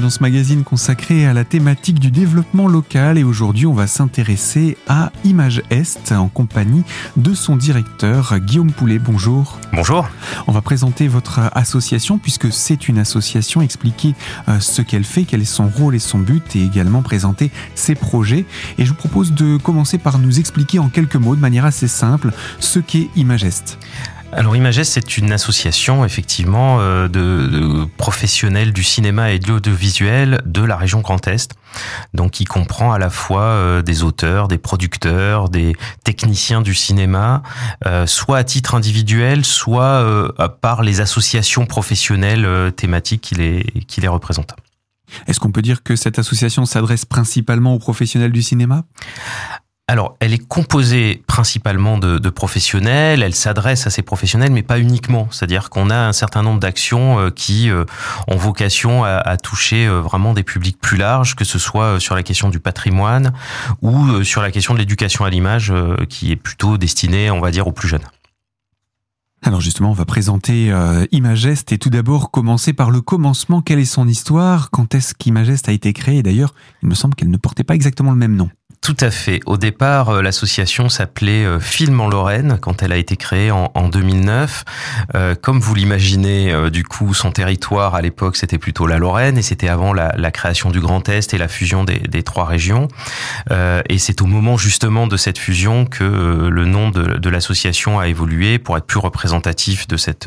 dans ce magazine consacré à la thématique du développement local et aujourd'hui on va s'intéresser à Image Est en compagnie de son directeur Guillaume Poulet. Bonjour. Bonjour. On va présenter votre association puisque c'est une association, expliquer ce qu'elle fait, quel est son rôle et son but et également présenter ses projets. Et je vous propose de commencer par nous expliquer en quelques mots de manière assez simple ce qu'est Image Est. Alors Image Est, c'est une association effectivement de professionnels du cinéma et de l'audiovisuel de la région Grand Est. Donc qui comprend à la fois des auteurs, des producteurs, des techniciens du cinéma, soit à titre individuel, soit par les associations professionnelles thématiques qui les représentent. Est-ce qu'on peut dire que cette association s'adresse principalement aux professionnels du cinéma ? Alors, elle est composée principalement de professionnels, elle s'adresse à ces professionnels, mais pas uniquement. C'est-à-dire qu'on a un certain nombre d'actions qui ont vocation à toucher vraiment des publics plus larges, que ce soit sur la question du patrimoine ou sur la question de l'éducation à l'image, qui est plutôt destinée, on va dire, aux plus jeunes. Alors justement, on va présenter Image Est et tout d'abord commencer par le commencement. Quelle est son histoire ? Quand est-ce qu'Image Est a été créée ? D'ailleurs, il me semble qu'elle ne portait pas exactement le même nom. Tout à fait. Au départ, l'association s'appelait Film en Lorraine quand elle a été créée en 2009. Comme vous l'imaginez, du coup, son territoire à l'époque, c'était plutôt la Lorraine et c'était avant la création du Grand Est et la fusion des trois régions. Et c'est au moment justement de cette fusion que le nom de l'association a évolué pour être plus représentatif de cette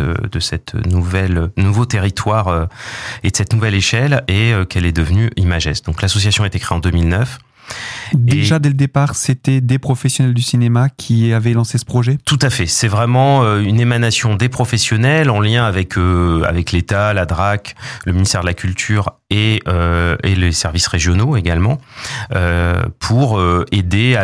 nouveau territoire et de cette nouvelle échelle et qu'elle est devenue Image Est. Donc l'association a été créée en 2009. Déjà dès le départ, c'était des professionnels du cinéma qui avaient lancé ce projet ? Tout à fait. C'est vraiment une émanation des professionnels en lien avec l'État, la DRAC, le ministère de la Culture et les services régionaux également pour aider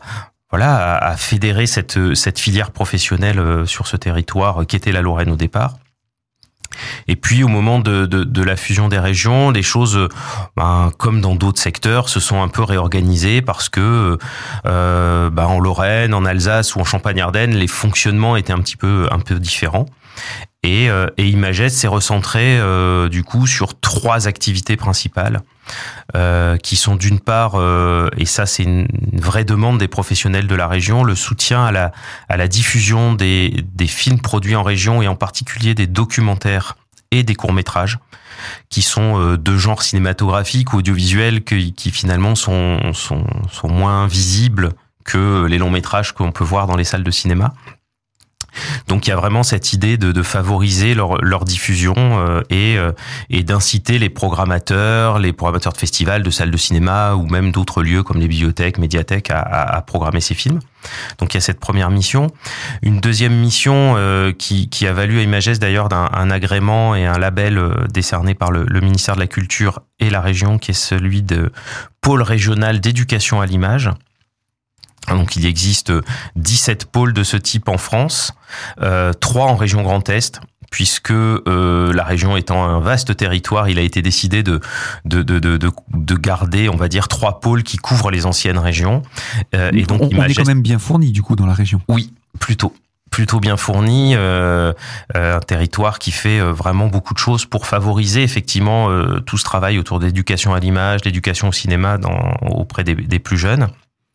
à fédérer cette filière professionnelle sur ce territoire qui était la Lorraine au départ. Et puis au moment de la fusion des régions, les choses, comme dans d'autres secteurs, se sont un peu réorganisées parce que en Lorraine, en Alsace ou en Champagne-Ardenne, les fonctionnements étaient un peu différents. Et Image Est s'est recentré du coup sur trois activités principales qui sont d'une part, et ça c'est une vraie demande des professionnels de la région, le soutien à la diffusion des films produits en région et en particulier des documentaires et des courts-métrages qui sont de genre cinématographique ou audiovisuel qui finalement sont moins visibles que les longs-métrages qu'on peut voir dans les salles de cinéma. Donc il y a vraiment cette idée de favoriser leur diffusion et d'inciter les programmateurs de festivals, de salles de cinéma ou même d'autres lieux comme les bibliothèques, médiathèques à programmer ces films. Donc il y a cette première mission. Une deuxième mission qui a valu à Image Est d'ailleurs un agrément et un label décerné par le ministère de la Culture et la région qui est celui de pôle régional d'éducation à l'image. Donc il existe 17 pôles de ce type en France, 3 en région Grand Est, puisque la région étant un vaste territoire, il a été décidé de garder, on va dire, 3 pôles qui couvrent les anciennes régions. Et donc on est quand même bien fourni du coup dans la région. Oui, plutôt bien fourni, un territoire qui fait vraiment beaucoup de choses pour favoriser effectivement tout ce travail autour de l'éducation à l'image, l'éducation au cinéma auprès des plus jeunes.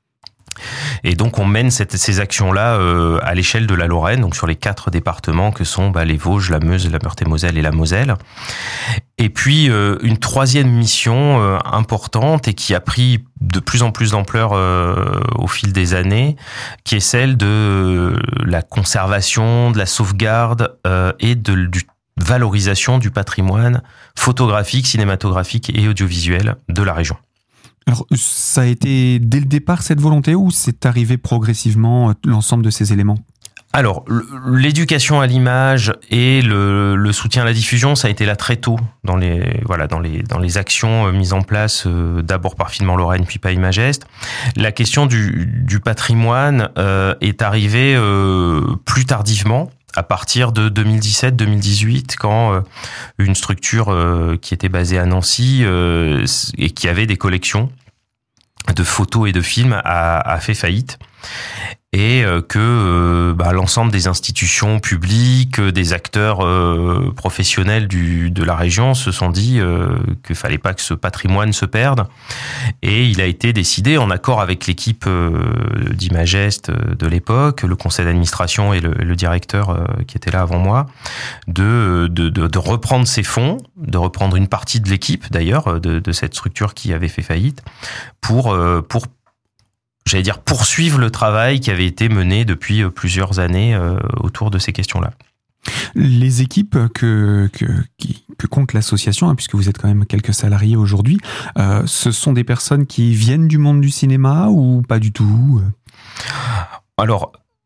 Et donc on mène ces actions-là à l'échelle de la Lorraine, donc sur les 4 départements que sont les Vosges, la Meuse, la Meurthe-et-Moselle et la Moselle. Et puis une troisième mission importante et qui a pris de plus en plus d'ampleur au fil des années, qui est celle de la conservation, de la sauvegarde et du valorisation du patrimoine photographique, cinématographique et audiovisuel de la région. Alors, ça a été dès le départ cette volonté ou c'est arrivé progressivement l'ensemble de ces éléments ? Alors, l'éducation à l'image et le soutien à la diffusion, ça a été là très tôt dans les actions mises en place d'abord par Film en Lorraine puis par Image Est. La question du patrimoine est arrivée plus tardivement. À partir de 2017-2018, quand une structure qui était basée à Nancy et qui avait des collections de photos et de films a fait faillite. et que l'ensemble des institutions publiques, des acteurs professionnels de la région se sont dit qu'il fallait pas que ce patrimoine se perde. Et il a été décidé, en accord avec l'équipe d'Imagest de l'époque, le conseil d'administration et le directeur qui était là avant moi, de reprendre ces fonds, de reprendre une partie de l'équipe d'ailleurs de cette structure qui avait fait faillite, pour j'allais dire poursuivre le travail qui avait été mené depuis plusieurs années autour de ces questions-là. Les équipes que compte l'association, hein, puisque vous êtes quand même quelques salariés aujourd'hui, ce sont des personnes qui viennent du monde du cinéma ou pas du tout ? Alors,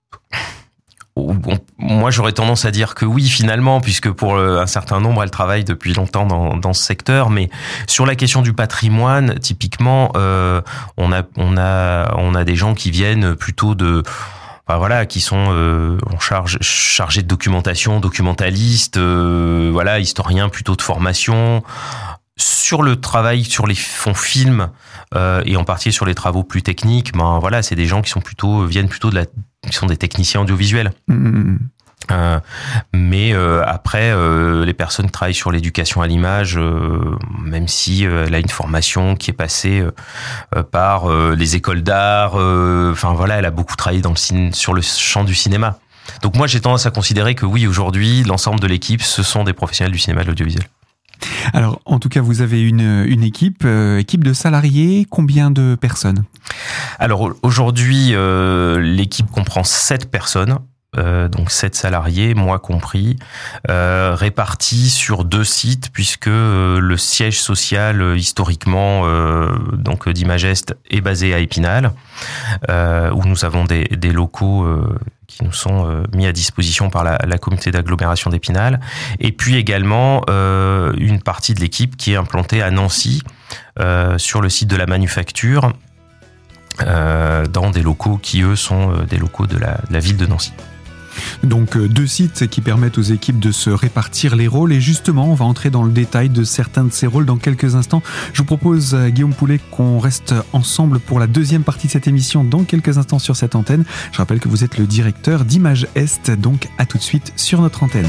moi j'aurais tendance à dire que oui finalement, puisque pour un certain nombre elles travaillent depuis longtemps dans ce secteur, mais sur la question du patrimoine typiquement on a des gens qui viennent plutôt qui sont chargés de documentation, documentalistes, historiens plutôt de formation. Sur le travail sur les fonds films et en partie sur les travaux plus techniques, c'est des gens qui viennent plutôt qui sont des techniciens audiovisuels. Mais après, les personnes qui travaillent sur l'éducation à l'image, même si elle a une formation qui est passée par les écoles d'art, elle a beaucoup travaillé sur le champ du cinéma. Donc moi, j'ai tendance à considérer que oui, aujourd'hui, l'ensemble de l'équipe, ce sont des professionnels du cinéma et de l'audiovisuel. Alors, en tout cas, vous avez une équipe de salariés, combien de personnes ? Alors, aujourd'hui, l'équipe comprend 7 personnes, donc 7 salariés, moi compris, répartis sur 2 sites, puisque le siège social, historiquement, d'Imagest est basé à Épinal, où nous avons des locaux qui nous sont mis à disposition par la communauté d'agglomération d'Épinal, et puis également une partie de l'équipe qui est implantée à Nancy, sur le site de la manufacture, dans des locaux qui, eux, sont des locaux de la ville de Nancy. Donc 2 sites qui permettent aux équipes de se répartir les rôles, et justement on va entrer dans le détail de certains de ces rôles dans quelques instants. Je vous propose, Guillaume Poulet, qu'on reste ensemble pour la deuxième partie de cette émission dans quelques instants sur cette antenne. Je rappelle que vous êtes le directeur d'Imagest, donc à tout de suite sur notre antenne.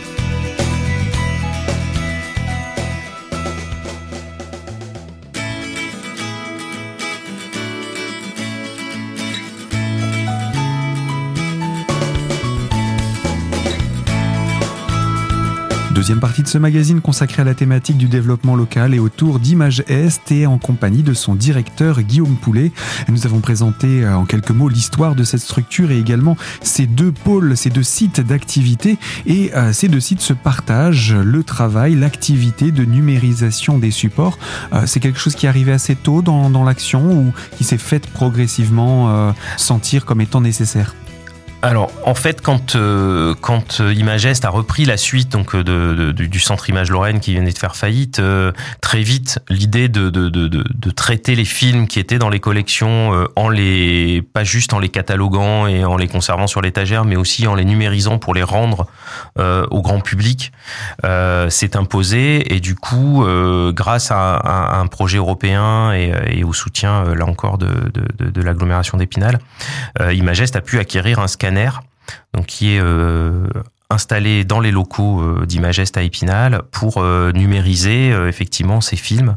Deuxième partie de ce magazine consacré à la thématique du développement local et autour d'Imagest, et en compagnie de son directeur Guillaume Poulet. Nous avons présenté en quelques mots l'histoire de cette structure et également ces 2 pôles, ces 2 sites d'activité, et ces 2 sites se partagent le travail, l'activité de numérisation des supports. C'est quelque chose qui est arrivé assez tôt dans l'action ou qui s'est fait progressivement sentir comme étant nécessaire ? Alors, en fait, quand Imagest a repris la suite donc du centre Image Lorraine qui venait de faire faillite, très vite l'idée de traiter les films qui étaient dans les collections pas juste en les cataloguant et en les conservant sur l'étagère, mais aussi en les numérisant pour les rendre au grand public, s'est imposée. Et du coup, grâce à un projet européen et au soutien là encore de l'agglomération d'Épinal, Imagest a pu acquérir un scanner, donc qui est installé dans les locaux d'Imagest à Épinal pour numériser effectivement ces films,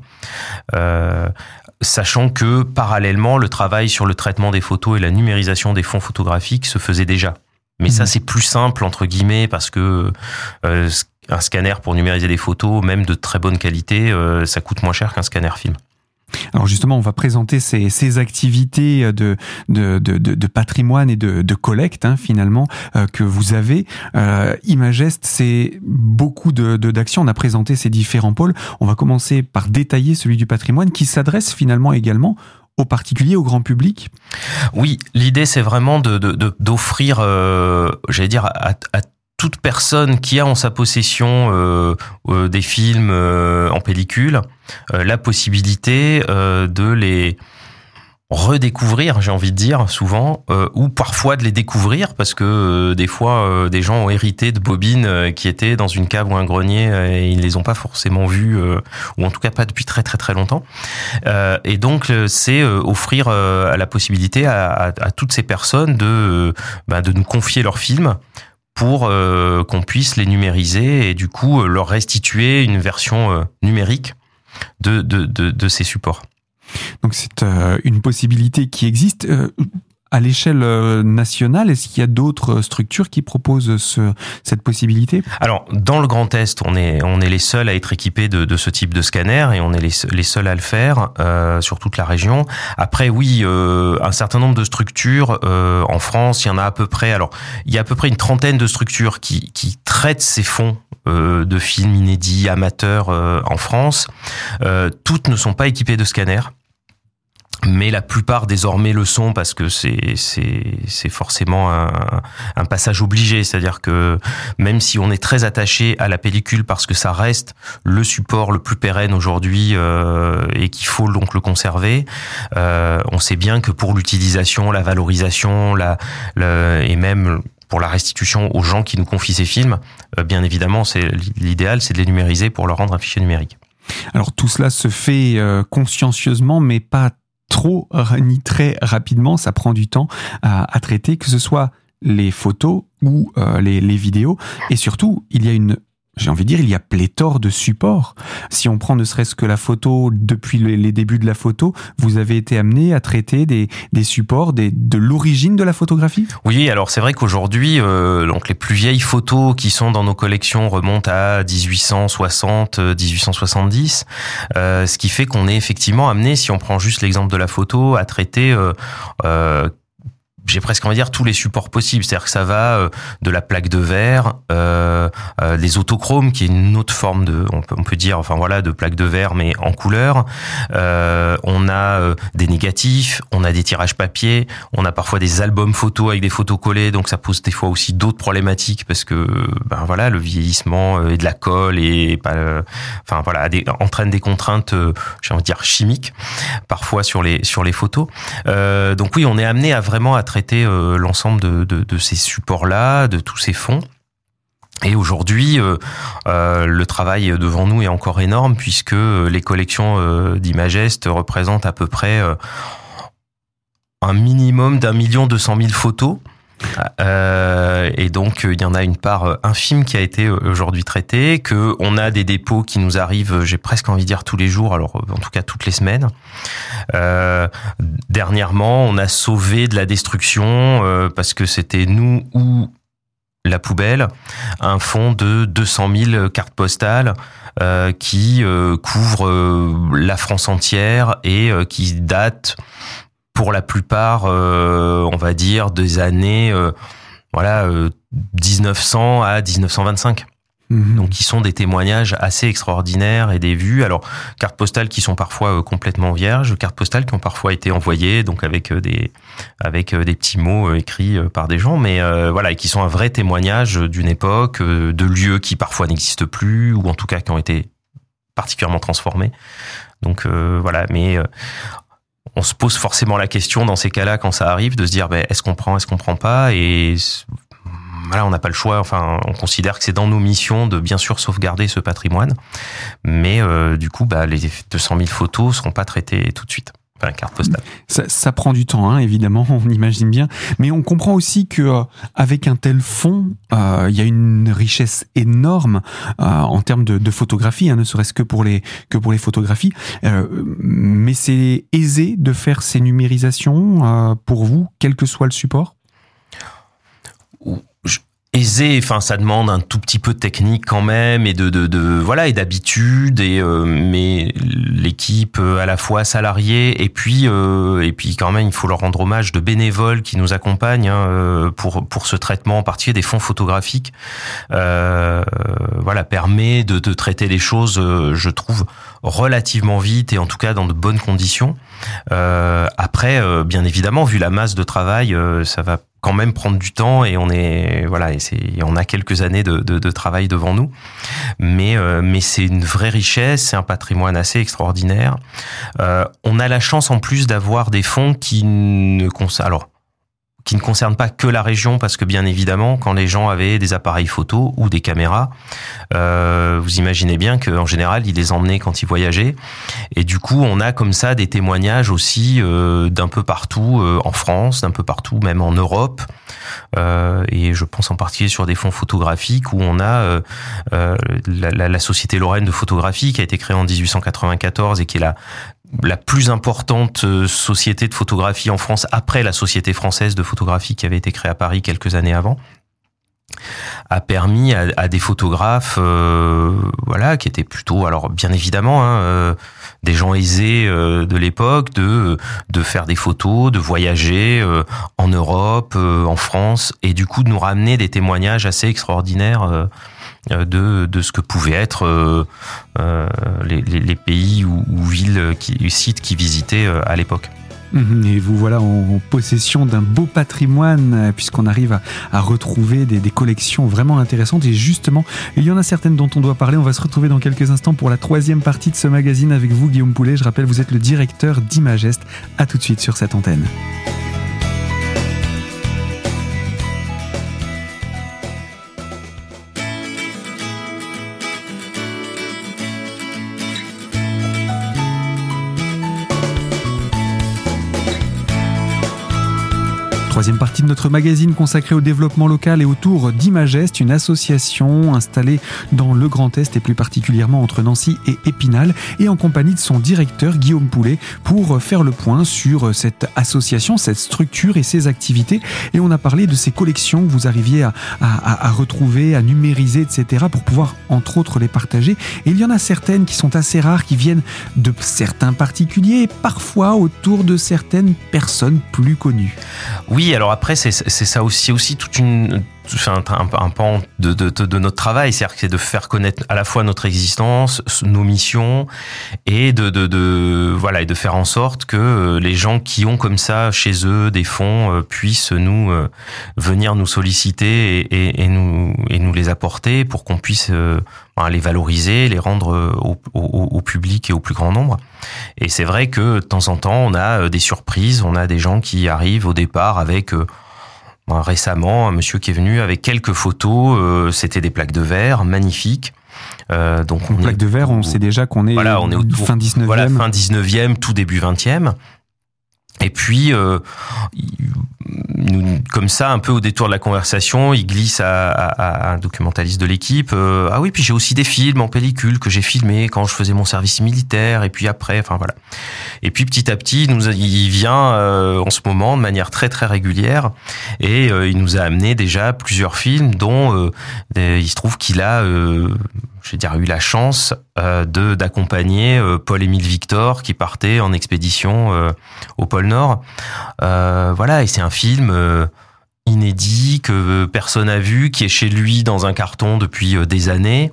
sachant que parallèlement le travail sur le traitement des photos et la numérisation des fonds photographiques se faisait déjà. Mais ça, c'est plus simple entre guillemets, parce que un scanner pour numériser des photos, même de très bonne qualité, ça coûte moins cher qu'un scanner film. Alors justement, on va présenter ces activités de patrimoine et de collecte, finalement, que vous avez. Imagest, c'est beaucoup d'actions. On a présenté ces différents pôles. On va commencer par détailler celui du patrimoine qui s'adresse finalement également aux particuliers, au grand public. Oui, l'idée c'est vraiment d'offrir, j'allais dire, à toute personne qui a en sa possession des films en pellicule, la possibilité de redécouvrir, j'ai envie de dire souvent, ou parfois de les découvrir parce que des fois des gens ont hérité de bobines qui étaient dans une cave ou un grenier et ils les ont pas forcément vues ou en tout cas pas depuis très très très longtemps. Et donc c'est offrir la possibilité à toutes ces personnes de nous confier leurs films pour qu'on puisse les numériser et du coup leur restituer une version numérique de ces supports. Donc c'est une possibilité qui existe. À l'échelle nationale, est-ce qu'il y a d'autres structures qui proposent cette possibilité ? Alors, dans le Grand Est, on est les seuls à être équipés de ce type de scanner et on est les seuls à le faire sur toute la région. Après, oui, un certain nombre de structures en France, il y en a à peu près. Alors, il y a à peu près une trentaine de structures qui traitent ces fonds de films inédits, amateurs en France. Toutes ne sont pas équipées de scanners. Mais la plupart désormais le sont parce que c'est forcément un passage obligé, c'est-à-dire que même si on est très attaché à la pellicule parce que ça reste le support le plus pérenne aujourd'hui et qu'il faut donc le conserver, on sait bien que pour l'utilisation, la valorisation, et même pour la restitution aux gens qui nous confient ces films, bien évidemment, l'idéal, c'est de les numériser pour leur rendre un fichier numérique. Alors tout cela se fait consciencieusement, mais pas trop ni très rapidement, ça prend du temps à traiter, que ce soit les photos ou les vidéos. Et surtout, il y a pléthore de supports. Si on prend ne serait-ce que la photo, depuis les débuts de la photo, vous avez été amené à traiter des supports de l'origine de la photographie ? Oui, alors c'est vrai qu'aujourd'hui, donc les plus vieilles photos qui sont dans nos collections remontent à 1860, 1870, ce qui fait qu'on est effectivement amené, si on prend juste l'exemple de la photo, à traiter j'ai presque envie de dire tous les supports possibles, c'est-à-dire que ça va de la plaque de verre, des autochromes qui est une autre forme on peut dire de plaque de verre mais en couleur. On a des négatifs, on a des tirages papier, on a parfois des albums photos avec des photos collées, donc ça pose des fois aussi d'autres problématiques parce que le vieillissement et de la colle et entraîne des contraintes j'ai envie de dire chimiques parfois sur les photos. Donc oui, on est amené à vraiment traiter l'ensemble de ces supports-là, de tous ces fonds. Et aujourd'hui, le travail devant nous est encore énorme puisque les collections d'Imagest représentent à peu près un minimum d'1 200 000 photos. Et donc il y en a une part infime qui a été aujourd'hui traitée, que on a des dépôts qui nous arrivent, j'ai presque envie de dire tous les jours, alors en tout cas toutes les semaines. Dernièrement, on a sauvé de la destruction parce que c'était nous ou la poubelle, un fonds de 200 000 cartes postales qui couvre la France entière et qui date pour la plupart, on va dire, des années 1900 à 1925. Donc, qui sont des témoignements assez extraordinaires et des vues. Alors, cartes postales qui sont parfois complètement vierges, cartes postales qui ont parfois été envoyées, donc avec des petits mots écrits par des gens, mais et qui sont un vrai témoignage d'une époque, de lieux qui parfois n'existent plus ou en tout cas qui ont été particulièrement transformés. Donc mais on se pose forcément la question dans ces cas-là quand ça arrive de se dire est-ce qu'on prend pas, et on n'a pas le choix. Enfin, on considère que c'est dans nos missions de bien sûr sauvegarder ce patrimoine, mais du coup les 200 000 photos seront pas traitées tout de suite. Enfin, carte postale. Ça prend du temps, évidemment, on imagine bien. Mais on comprend aussi que avec un tel fonds, il y a une richesse énorme en termes de photographie, ne serait-ce que pour les photographies. Mais c'est aisé de faire ces numérisations pour vous, quel que soit le support. Aisé, ça demande un tout petit peu de technique quand même et et d'habitude mais l'équipe à la fois salariée et puis quand même il faut leur rendre hommage de bénévoles qui nous accompagnent pour ce traitement en particulier des fonds photographiques. Permet de traiter les choses, je trouve, relativement vite et en tout cas dans de bonnes conditions. Après, bien évidemment, vu la masse de travail, ça va quand même prendre du temps et on a quelques années de travail devant nous, mais c'est une vraie richesse, c'est un patrimoine assez extraordinaire. On a la chance en plus d'avoir des fonds qui ne concernent pas que la région, parce que bien évidemment, quand les gens avaient des appareils photo ou des caméras, vous imaginez bien qu'en général, ils les emmenaient quand ils voyageaient. Et du coup, on a comme ça des témoignages aussi d'un peu partout en France, d'un peu partout même en Europe. Et je pense en particulier sur des fonds photographiques où on a la Société Lorraine de photographie qui a été créée en 1894 et qui est la plus importante société de photographie en France après la Société française de photographie qui avait été créée à Paris quelques années avant, a permis à des photographes qui étaient plutôt, alors bien évidemment des gens aisés de l'époque, de faire des photos, de voyager en Europe, en France, et du coup de nous ramener des témoignages assez extraordinaires de ce que pouvaient être les pays ou villes, sites qu'ils visitaient à l'époque. Et vous voilà en possession d'un beau patrimoine, puisqu'on arrive à retrouver des collections vraiment intéressantes. Et justement, il y en a certaines dont on doit parler. On va se retrouver dans quelques instants pour la 3e partie de ce magazine avec vous, Guillaume Poulet. Je rappelle, vous êtes le directeur d'Imagest. À tout de suite sur cette antenne. Troisième partie de notre magazine consacrée au développement local et autour d'Imagest, une association installée dans le Grand Est et plus particulièrement entre Nancy et Épinal, et en compagnie de son directeur Guillaume Poulet pour faire le point sur cette association, cette structure et ses activités. Et on a parlé de ces collections que vous arriviez à retrouver, à numériser, etc. pour pouvoir entre autres les partager. Et il y en a certaines qui sont assez rares, qui viennent de certains particuliers et parfois autour de certaines personnes plus connues. Oui, alors après, c'est ça aussi toute un pan de notre travail, c'est-à-dire que c'est de faire connaître à la fois notre existence, nos missions, et de faire en sorte que les gens qui ont comme ça chez eux des fonds puissent venir nous solliciter et nous les apporter pour qu'on puisse les valoriser, les rendre au public et au plus grand nombre. Et c'est vrai que de temps en temps, on a des surprises, on a des gens qui arrivent au départ avec récemment un monsieur qui est venu avec quelques photos, c'était des plaques de verre magnifiques. Donc plaques de verre, on sait déjà qu'on est, on est autour, fin 19e. Voilà, fin 19e, tout début 20e. Et puis, comme ça, un peu au détour de la conversation, il glisse à un documentaliste de l'équipe. Ah oui, puis j'ai aussi des films en pellicule que j'ai filmés quand je faisais mon service militaire. Et puis après, enfin voilà. Et puis petit à petit, il vient en ce moment de manière très très régulière, et il nous a amené déjà plusieurs films, dont il se trouve qu'il a eu la chance d'accompagner Paul-Émile Victor qui partait en expédition au pôle Nord. Et c'est un film inédit que personne n'a vu, qui est chez lui dans un carton depuis des années.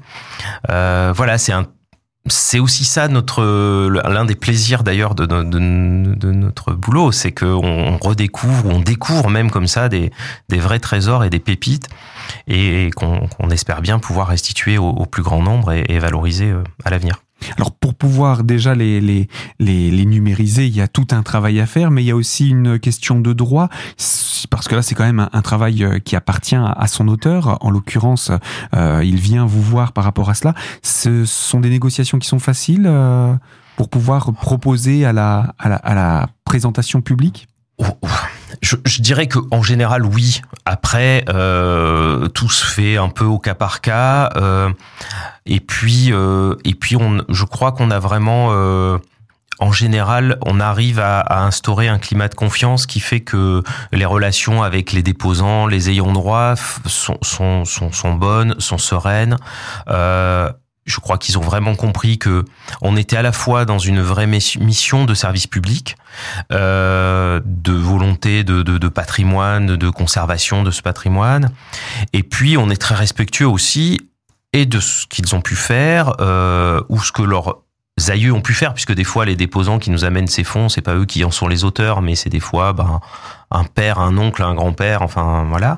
C'est aussi ça l'un des plaisirs d'ailleurs de notre boulot, c'est qu'on redécouvre, ou on découvre même comme ça des vrais trésors et des pépites, et qu'on espère bien pouvoir restituer au plus grand nombre et valoriser à l'avenir. Alors pour pouvoir déjà les numériser, il y a tout un travail à faire, mais il y a aussi une question de droit, parce que là c'est quand même un travail qui appartient à son auteur. En l'occurrence, il vient vous voir par rapport à cela. Ce sont des négociations qui sont faciles pour pouvoir proposer à la présentation publique. Je dirais que en général oui. Après, tout se fait un peu au cas par cas. Et puis, je crois qu'on a vraiment, en général, on arrive à instaurer un climat de confiance qui fait que les relations avec les déposants, les ayants droit, sont bonnes, sont sereines. Je crois qu'ils ont vraiment compris que on était à la fois dans une vraie mission de service public, de volonté de patrimoine, de conservation de ce patrimoine, et puis on est très respectueux aussi et de ce qu'ils ont pu faire, ou ce que leur aïeux ont pu faire, puisque des fois les déposants qui nous amènent ces fonds, c'est pas eux qui en sont les auteurs, mais c'est des fois un père, un oncle, un grand-père, enfin voilà.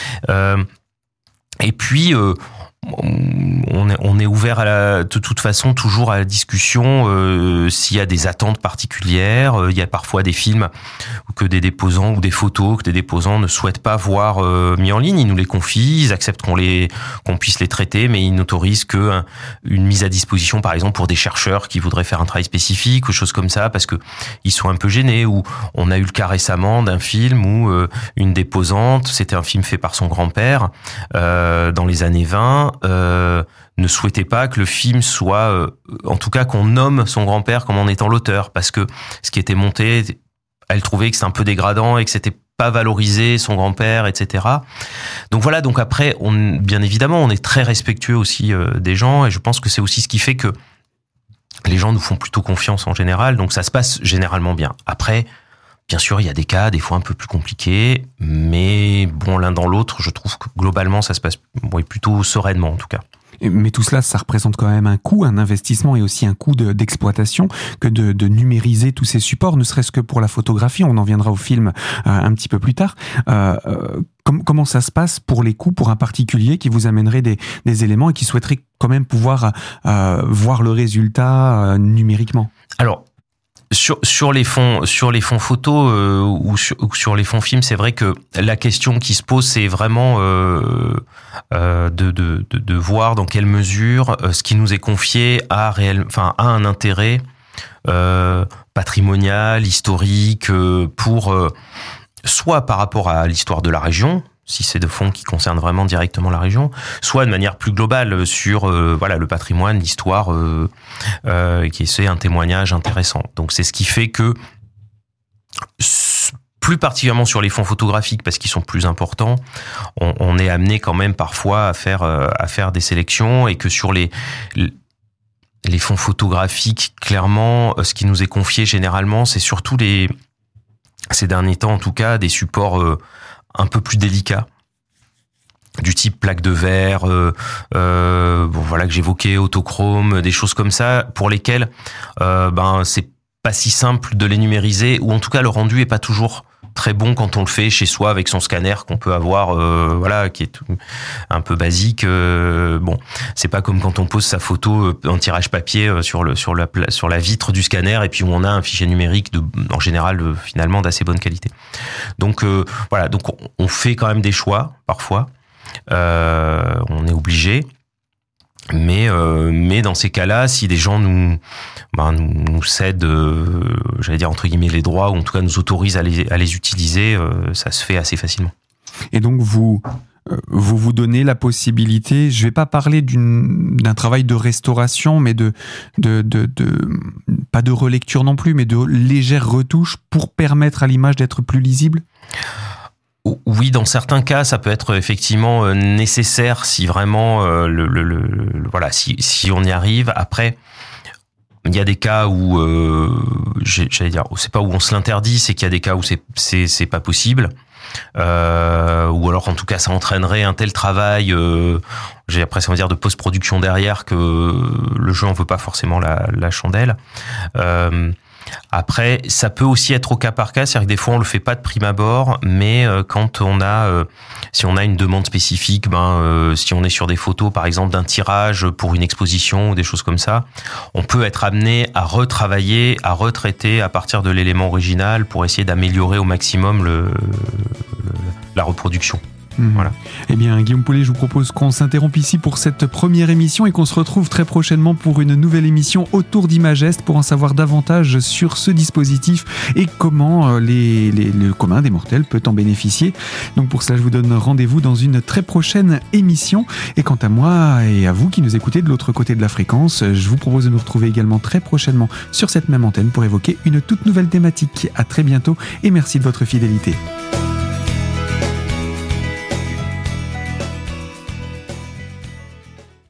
Et puis on est ouvert de toute façon toujours à la discussion s'il y a des attentes particulières. Il y a parfois des films que des déposants ou des photos que des déposants ne souhaitent pas voir mis en ligne. Ils nous les confient, ils acceptent qu'on puisse les traiter, mais ils n'autorisent que une mise à disposition, par exemple pour des chercheurs qui voudraient faire un travail spécifique ou choses comme ça, parce que ils sont un peu gênés. Ou on a eu le cas récemment d'un film où une déposante, c'était un film fait par son grand-père dans les années 20. Ne souhaitait pas que le film soit, en tout cas qu'on nomme son grand-père comme en étant l'auteur, parce que ce qui était monté, elle trouvait que c'était un peu dégradant et que c'était pas valorisé son grand-père, etc. Donc voilà, donc après, bien évidemment, on est très respectueux aussi des gens, et je pense que c'est aussi ce qui fait que les gens nous font plutôt confiance en général, donc ça se passe généralement bien. Après, bien sûr, il y a des cas, des fois un peu plus compliqués, mais bon, l'un dans l'autre, je trouve que globalement, ça se passe plutôt sereinement, en tout cas. Mais tout cela, ça représente quand même un coût, un investissement et aussi un coût d'exploitation que de numériser tous ces supports, ne serait-ce que pour la photographie. On en viendra au film un petit peu plus tard. Comment ça se passe pour les coûts, pour un particulier qui vous amènerait des éléments et qui souhaiterait quand même pouvoir voir le résultat numériquement? Alors, sur les fonds photos ou sur les fonds films, c'est vrai que la question qui se pose, c'est vraiment de voir dans quelle mesure ce qui nous est confié a un intérêt patrimonial, historique, pour soit par rapport à l'histoire de la région, si c'est de fonds qui concernent vraiment directement la région, soit de manière plus globale sur le patrimoine, l'histoire, qui est un témoignage intéressant. Donc c'est ce qui fait que, plus particulièrement sur les fonds photographiques, parce qu'ils sont plus importants, on est amené quand même parfois à faire des sélections, et que sur les fonds photographiques, clairement, ce qui nous est confié généralement, c'est surtout ces derniers temps en tout cas, des supports un peu plus délicat, du type plaque de verre, que j'évoquais, autochrome, des choses comme ça, pour lesquelles c'est pas si simple de les numériser, ou en tout cas le rendu est pas toujours très bon quand on le fait chez soi avec son scanner qu'on peut avoir, qui est un peu basique. C'est pas comme quand on pose sa photo en tirage papier sur la vitre du scanner, et puis où on a un fichier numérique en général finalement d'assez bonne qualité. Donc donc on fait quand même des choix parfois. On est obligé. Mais dans ces cas-là, si des gens nous cèdent, j'allais dire entre guillemets les droits, ou en tout cas nous autorisent à les utiliser, ça se fait assez facilement. Et donc vous donnez la possibilité, je vais pas parler d'un travail de restauration, mais de pas de relecture non plus, mais de légères retouches pour permettre à l'image d'être plus lisible? Oui, dans certains cas, ça peut être effectivement nécessaire si vraiment si on y arrive. Après, il y a des cas où j'allais dire, c'est pas où on se l'interdit, c'est qu'il y a des cas où c'est pas possible. Ou alors en tout cas ça entraînerait un tel travail, j'ai l'impression de post-production derrière, que le jeu en veut pas forcément la chandelle. Après, ça peut aussi être au cas par cas, c'est-à-dire que des fois on le fait pas de prime abord, mais quand si on a une demande spécifique, si on est sur des photos par exemple d'un tirage pour une exposition ou des choses comme ça, on peut être amené à retravailler, à retraiter à partir de l'élément original pour essayer d'améliorer au maximum la reproduction. Voilà. Eh bien, Guillaume Paulet, je vous propose qu'on s'interrompe ici pour cette première émission et qu'on se retrouve très prochainement pour une nouvelle émission autour d'Imagest pour en savoir davantage sur ce dispositif et comment le commun des mortels peut en bénéficier. Donc pour cela, je vous donne rendez-vous dans une très prochaine émission. Et quant à moi et à vous qui nous écoutez de l'autre côté de la fréquence, je vous propose de nous retrouver également très prochainement sur cette même antenne pour évoquer une toute nouvelle thématique. À très bientôt et merci de votre fidélité.